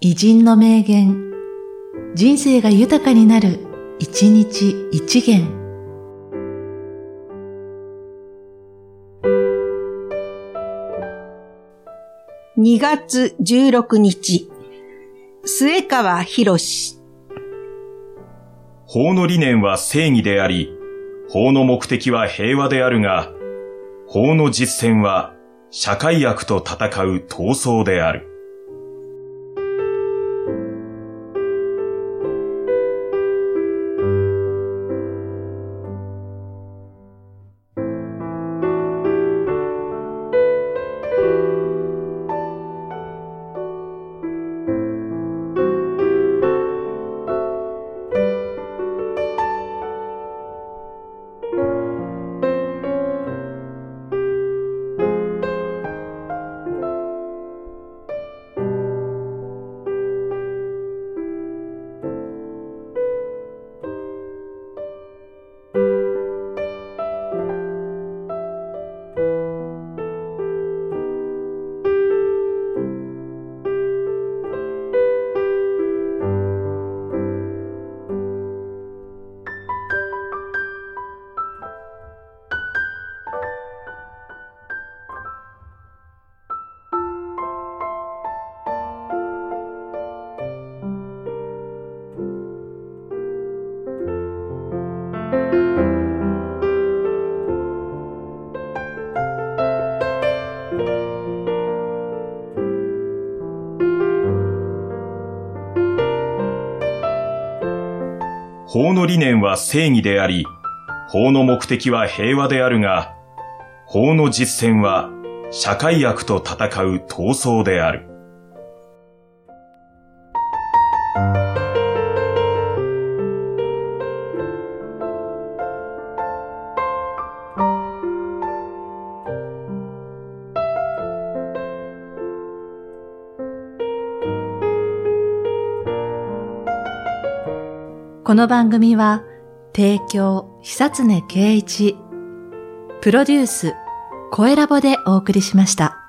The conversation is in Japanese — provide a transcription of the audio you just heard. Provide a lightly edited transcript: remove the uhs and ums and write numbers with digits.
偉人の名言、人生が豊かになる、一日一元。 2月16日、末川博。 法の理念は正義であり、法の目的は平和であるが、法の実践は社会悪と戦う闘争である。法の理念は正義であり、法の目的は平和であるが、法の実践は社会悪と戦う闘争である。 この番組は、提供、久常圭一、プロデュース、声ラボでお送りしました。